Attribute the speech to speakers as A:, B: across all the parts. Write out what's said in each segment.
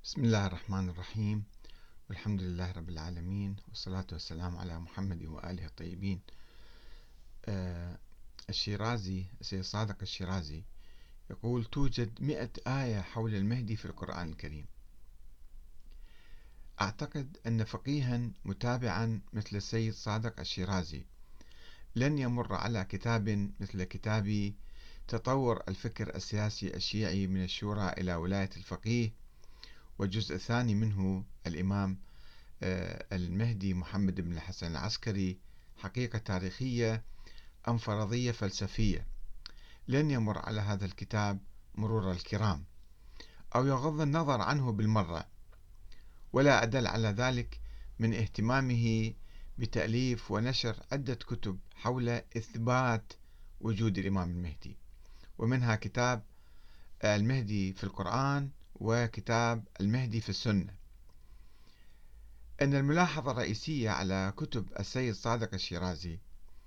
A: بسم الله الرحمن الرحيم، والحمد لله رب العالمين، والصلاة والسلام على محمد وآله الطيبين. الشيرازي السيد صادق الشيرازي يقول: توجد 100 آية حول المهدي في القرآن الكريم. أعتقد أن فقيها متابعا مثل السيد صادق الشيرازي لن يمر على كتاب مثل كتابي تطور الفكر السياسي الشيعي من الشورى إلى ولاية الفقيه، والجزء الثاني منه الإمام المهدي محمد بن الحسن العسكري، حقيقة تاريخية أم فرضية فلسفية. لن يمر على هذا الكتاب مرور الكرام أو يغض النظر عنه بالمرة، ولا أدل على ذلك من اهتمامه بتأليف ونشر عدة كتب حول إثبات وجود الإمام المهدي، ومنها كتاب المهدي في القرآن وكتاب المهدي في السنة. أن الملاحظة الرئيسية على كتب السيد صادق الشيرازي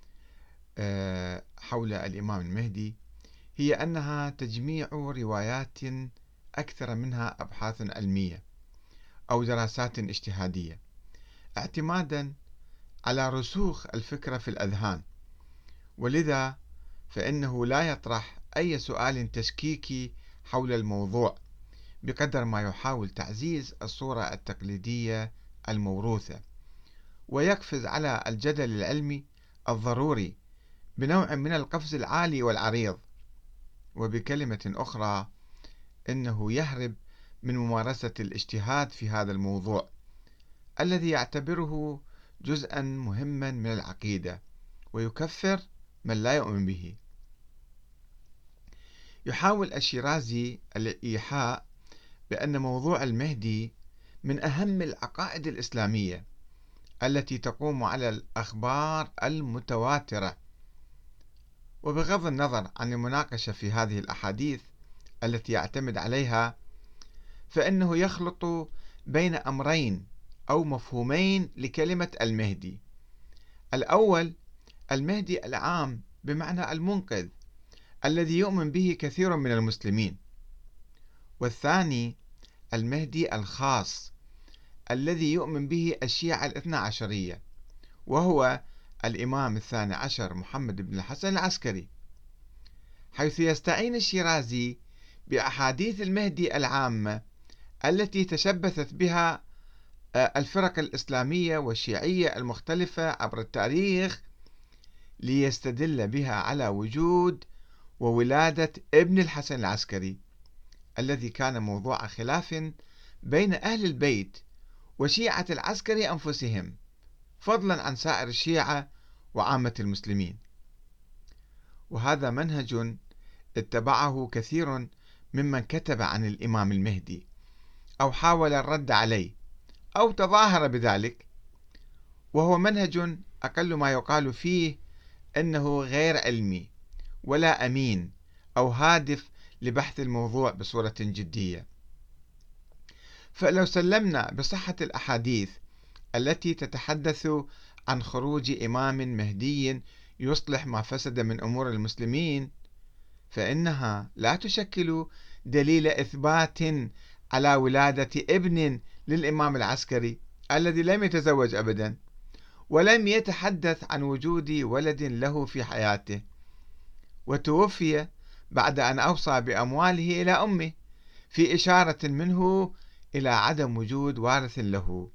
A: حول الإمام المهدي هي أنها تجميع روايات أكثر منها أبحاث علمية أو دراسات اجتهادية، اعتمادا على رسوخ الفكرة في الأذهان، ولذا فإنه لا يطرح أي سؤال تشكيكي حول الموضوع بقدر ما يحاول تعزيز الصورة التقليدية الموروثة، ويقفز على الجدل العلمي الضروري بنوع من القفز العالي والعريض. وبكلمة أخرى، إنه يهرب من ممارسة الاجتهاد في هذا الموضوع الذي يعتبره جزءا مهما من العقيدة، ويكفر من لا يؤمن به. يحاول الشيرازي الإيحاء بأن موضوع المهدي من أهم العقائد الإسلامية التي تقوم على الأخبار المتواترة، وبغض النظر عن المناقشة في هذه الأحاديث التي يعتمد عليها، فإنه يخلط بين أمرين أو مفهومين لكلمة المهدي. الأول المهدي العام بمعنى المنقذ الذي يؤمن به كثير من المسلمين، والثاني المهدي الخاص الذي يؤمن به الشيعة الاثنى عشرية، وهو الإمام الثاني عشر محمد بن الحسن العسكري، حيث يستعين الشيرازي بأحاديث المهدي العامة التي تشبثت بها الفرق الإسلامية والشيعية المختلفة عبر التاريخ، ليستدل بها على وجود وولادة ابن الحسن العسكري الذي كان موضوع خلاف بين أهل البيت وشيعة العسكري أنفسهم، فضلا عن سائر الشيعة وعامة المسلمين. وهذا منهج اتبعه كثير ممن كتب عن الإمام المهدي أو حاول الرد عليه أو تظاهر بذلك، وهو منهج أقل ما يقال فيه أنه غير علمي ولا أمين أو هادف لبحث الموضوع بصورة جدية. فلو سلمنا بصحة الأحاديث التي تتحدث عن خروج إمام مهدي يصلح ما فسد من أمور المسلمين، فإنها لا تشكل دليل إثبات على ولادة ابن للإمام العسكري الذي لم يتزوج أبدا، ولم يتحدث عن وجود ولد له في حياته، وتوفي بعد أن أوصى بأمواله إلى أمه، في إشارة منه إلى عدم وجود وارث له.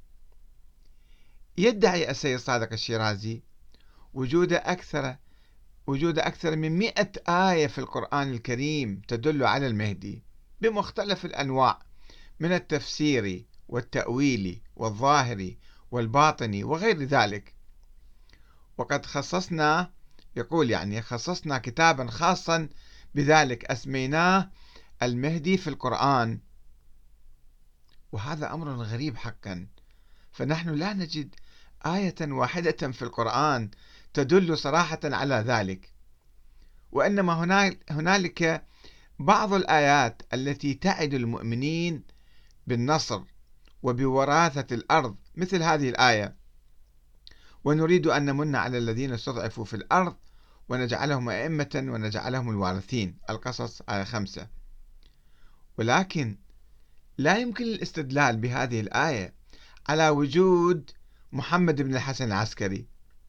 A: يدعي السيد صادق الشيرازي وجود أكثر من 100 آية في القرآن الكريم تدل على المهدي بمختلف الأنواع من التفسير والتأويل والظاهري والباطني وغير ذلك. وقد خصصنا كتابا خاصا بذلك أسميناه المهدي في القرآن، وهذا أمر غريب حقا، فنحن لا نجد آية واحدة في القرآن تدل صراحة على ذلك، وإنما هنالك بعض الآيات التي تعد المؤمنين بالنصر وبوراثة الأرض، مثل هذه الآية: ونريد أن نمن على الذين استضعفوا في الأرض ونجعلهم أئمة ونجعلهم الوارثين، القصص آية 5. ولكن لا يمكن الاستدلال بهذه الآية على وجود محمد بن الحسن العسكري.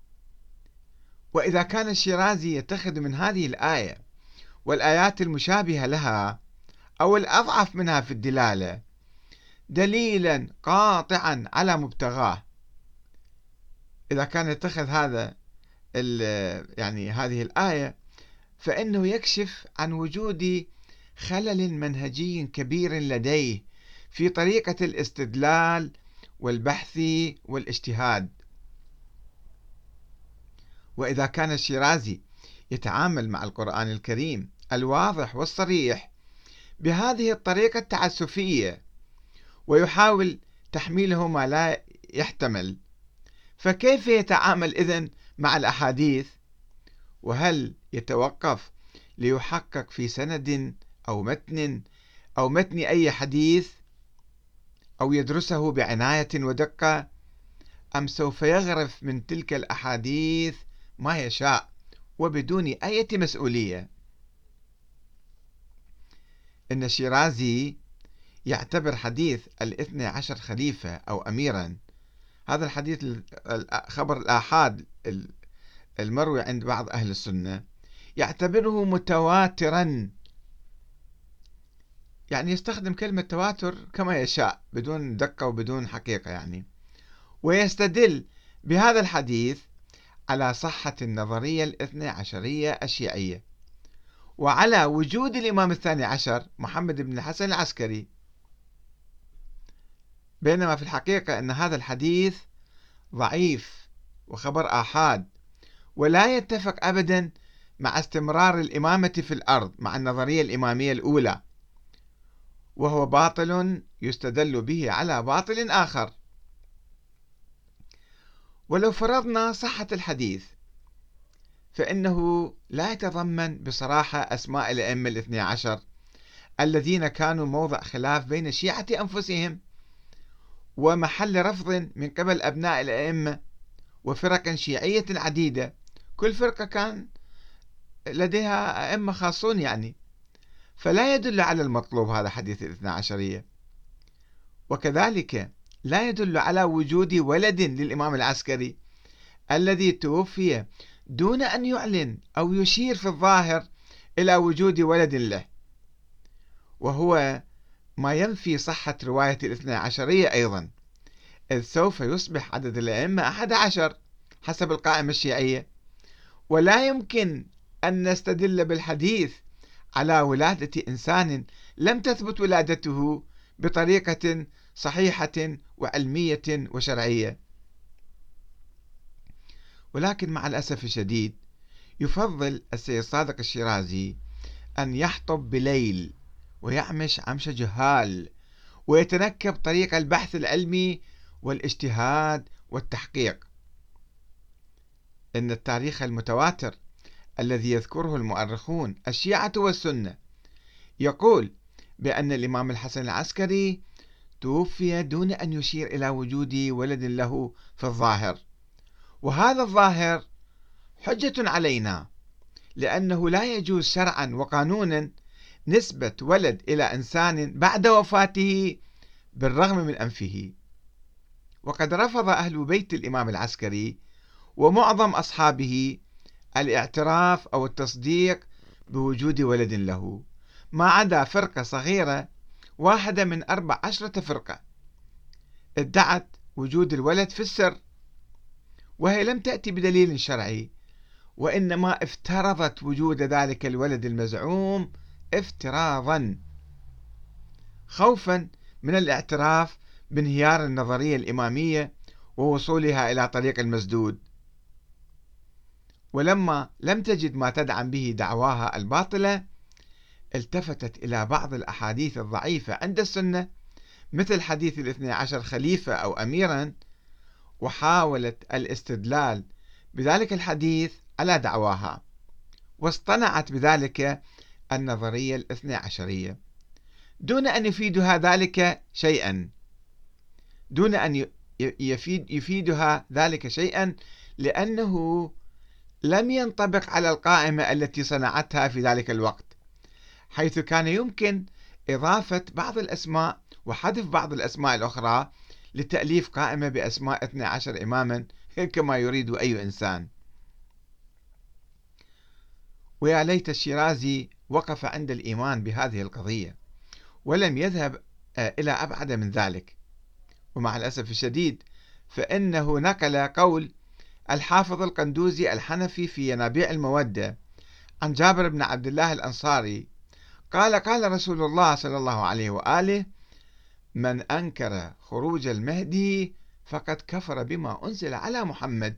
A: وإذا كان الشيرازي يتخذ من هذه الآية والآيات المشابهة لها أو الأضعف منها في الدلالة دليلا قاطعا على مبتغاه، إذا كان يتخذ هذا يعني هذه الآية، فإنه يكشف عن وجود خلل منهجي كبير لديه في طريقة الاستدلال والبحث والاجتهاد. وإذا كان الشيرازي يتعامل مع القرآن الكريم الواضح والصريح بهذه الطريقة التعسفية ويحاول تحميله ما لا يحتمل، فكيف يتعامل إذن مع الأحاديث؟ وهل يتوقف ليحقق في سند أو متن أي حديث أو يدرسه بعناية ودقة، أم سوف يغرف من تلك الأحاديث ما يشاء وبدون أي مسؤولية؟ إن الشيرازي يعتبر حديث الاثني عشر خليفة أو أميرا، هذا الحديث خبر الآحاد المروي عند بعض أهل السنة، يعتبره متواترا، يعني يستخدم كلمة تواتر كما يشاء بدون دقة وبدون حقيقة يعني، ويستدل بهذا الحديث على صحة النظرية الاثنى عشرية الشيعية وعلى وجود الإمام الثاني عشر محمد بن الحسن العسكري، بينما في الحقيقة أن هذا الحديث ضعيف وخبر آحاد ولا يتفق أبدا مع استمرار الإمامة في الأرض مع النظرية الإمامية الأولى، وهو باطل يستدل به على باطل آخر. ولو فرضنا صحة الحديث فإنه لا يتضمن بصراحة أسماء الأئمة الاثني عشر الذين كانوا موضع خلاف بين الشيعة أنفسهم ومحل رفض من قبل أبناء الأئمة وفرق شيعية عديدة، كل فرقة كان لديها أئمة خاصون يعني، فلا يدل على المطلوب هذا حديث الاثنى عشرية. وكذلك لا يدل على وجود ولد للإمام العسكري الذي توفي دون أن يعلن أو يشير في الظاهر إلى وجود ولد له، وهو ما ينفي صحة رواية الاثنى عشرية أيضا، إذ سوف يصبح عدد الأئمة 11 حسب القائمة الشيعية، ولا يمكن أن نستدل بالحديث على ولادة إنسان لم تثبت ولادته بطريقة صحيحة وعلمية وشرعية. ولكن مع الأسف الشديد يفضل السيد صادق الشيرازي أن يحطب بليل ويعمش عمش جهال ويتنكب طريق البحث العلمي والاجتهاد والتحقيق. إن التاريخ المتواتر الذي يذكره المؤرخون الشيعة والسنة يقول بأن الإمام الحسن العسكري توفي دون أن يشير إلى وجود ولد له في الظاهر، وهذا الظاهر حجة علينا، لأنه لا يجوز شرعا وقانونا نسبة ولد إلى إنسان بعد وفاته بالرغم من أنفه. وقد رفض أهل بيت الإمام العسكري ومعظم أصحابه الاعتراف أو التصديق بوجود ولد له، ما عدا فرقة صغيرة واحدة من 14 فرقة ادعت وجود الولد في السر، وهي لم تأتي بدليل شرعي، وإنما افترضت وجود ذلك الولد المزعوم افتراضا خوفا من الاعتراف بانهيار النظرية الإمامية ووصولها إلى طريق المسدود. ولما لم تجد ما تدعم به دعواها الباطلة التفتت إلى بعض الأحاديث الضعيفة عند السنة مثل حديث الاثني عشر خليفة أو أميرا، وحاولت الاستدلال بذلك الحديث على دعواها، واصطنعت بذلك النظرية الاثني عشرية دون أن يفيدها ذلك شيئا، دون أن يفيدها ذلك شيئا، لأنه لم ينطبق على القائمة التي صنعتها في ذلك الوقت، حيث كان يمكن إضافة بعض الأسماء وحذف بعض الأسماء الأخرى لتأليف قائمة بأسماء 12 إماما كما يريد أي إنسان. ويا ليت الشيرازي وقف عند الإيمان بهذه القضية ولم يذهب إلى أبعد من ذلك. ومع الأسف الشديد فإنه نقل قول الحافظ القندوزي الحنفي في ينابيع المودة عن جابر بن عبد الله الأنصاري قال: قال رسول الله صلى الله عليه وآله: من أنكر خروج المهدي فقد كفر بما أنزل على محمد.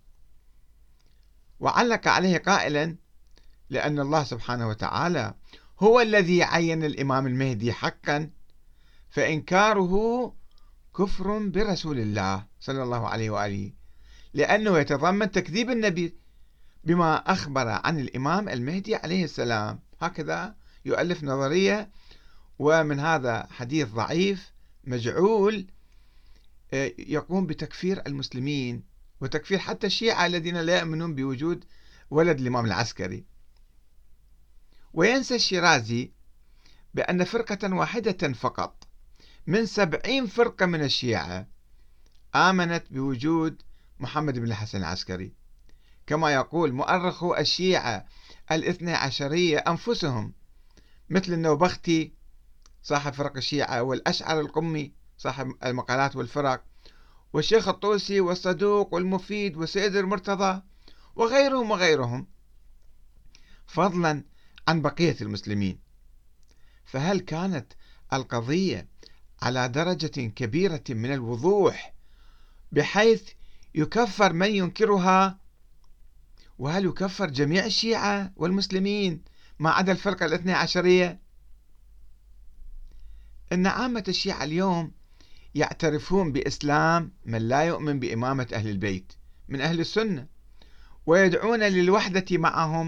A: وعلق عليه قائلا: لأن الله سبحانه وتعالى هو الذي عين الإمام المهدي حقا، فإنكاره كفر برسول الله صلى الله عليه وآله، لأنه يتضمن تكذيب النبي بما أخبر عن الإمام المهدي عليه السلام. هكذا يؤلف نظرية، ومن هذا حديث ضعيف مجعول يقوم بتكفير المسلمين وتكفير حتى الشيعة الذين لا يؤمنون بوجود ولد الإمام العسكري. وينسى الشيرازي بأن فرقة واحدة فقط من 70 فرقة من الشيعة آمنت بوجود محمد بن الحسن العسكري، كما يقول مؤرخو الشيعة الاثنى عشرية أنفسهم، مثل النوبختي صاحب فرق الشيعة، والأشعر القمي صاحب المقالات والفرق، والشيخ الطوسي والصدوق والمفيد وسيد المرتضى وغيرهم وغيرهم، فضلا عن بقية المسلمين. فهل كانت القضية على درجة كبيرة من الوضوح بحيث يكفر من ينكرها؟ وهل يكفر جميع الشيعة والمسلمين ما عدا الفرقة الاثنى عشرية؟ إن عامة الشيعة اليوم يعترفون بإسلام من لا يؤمن بإمامة أهل البيت من أهل السنة، ويدعون للوحدة معهم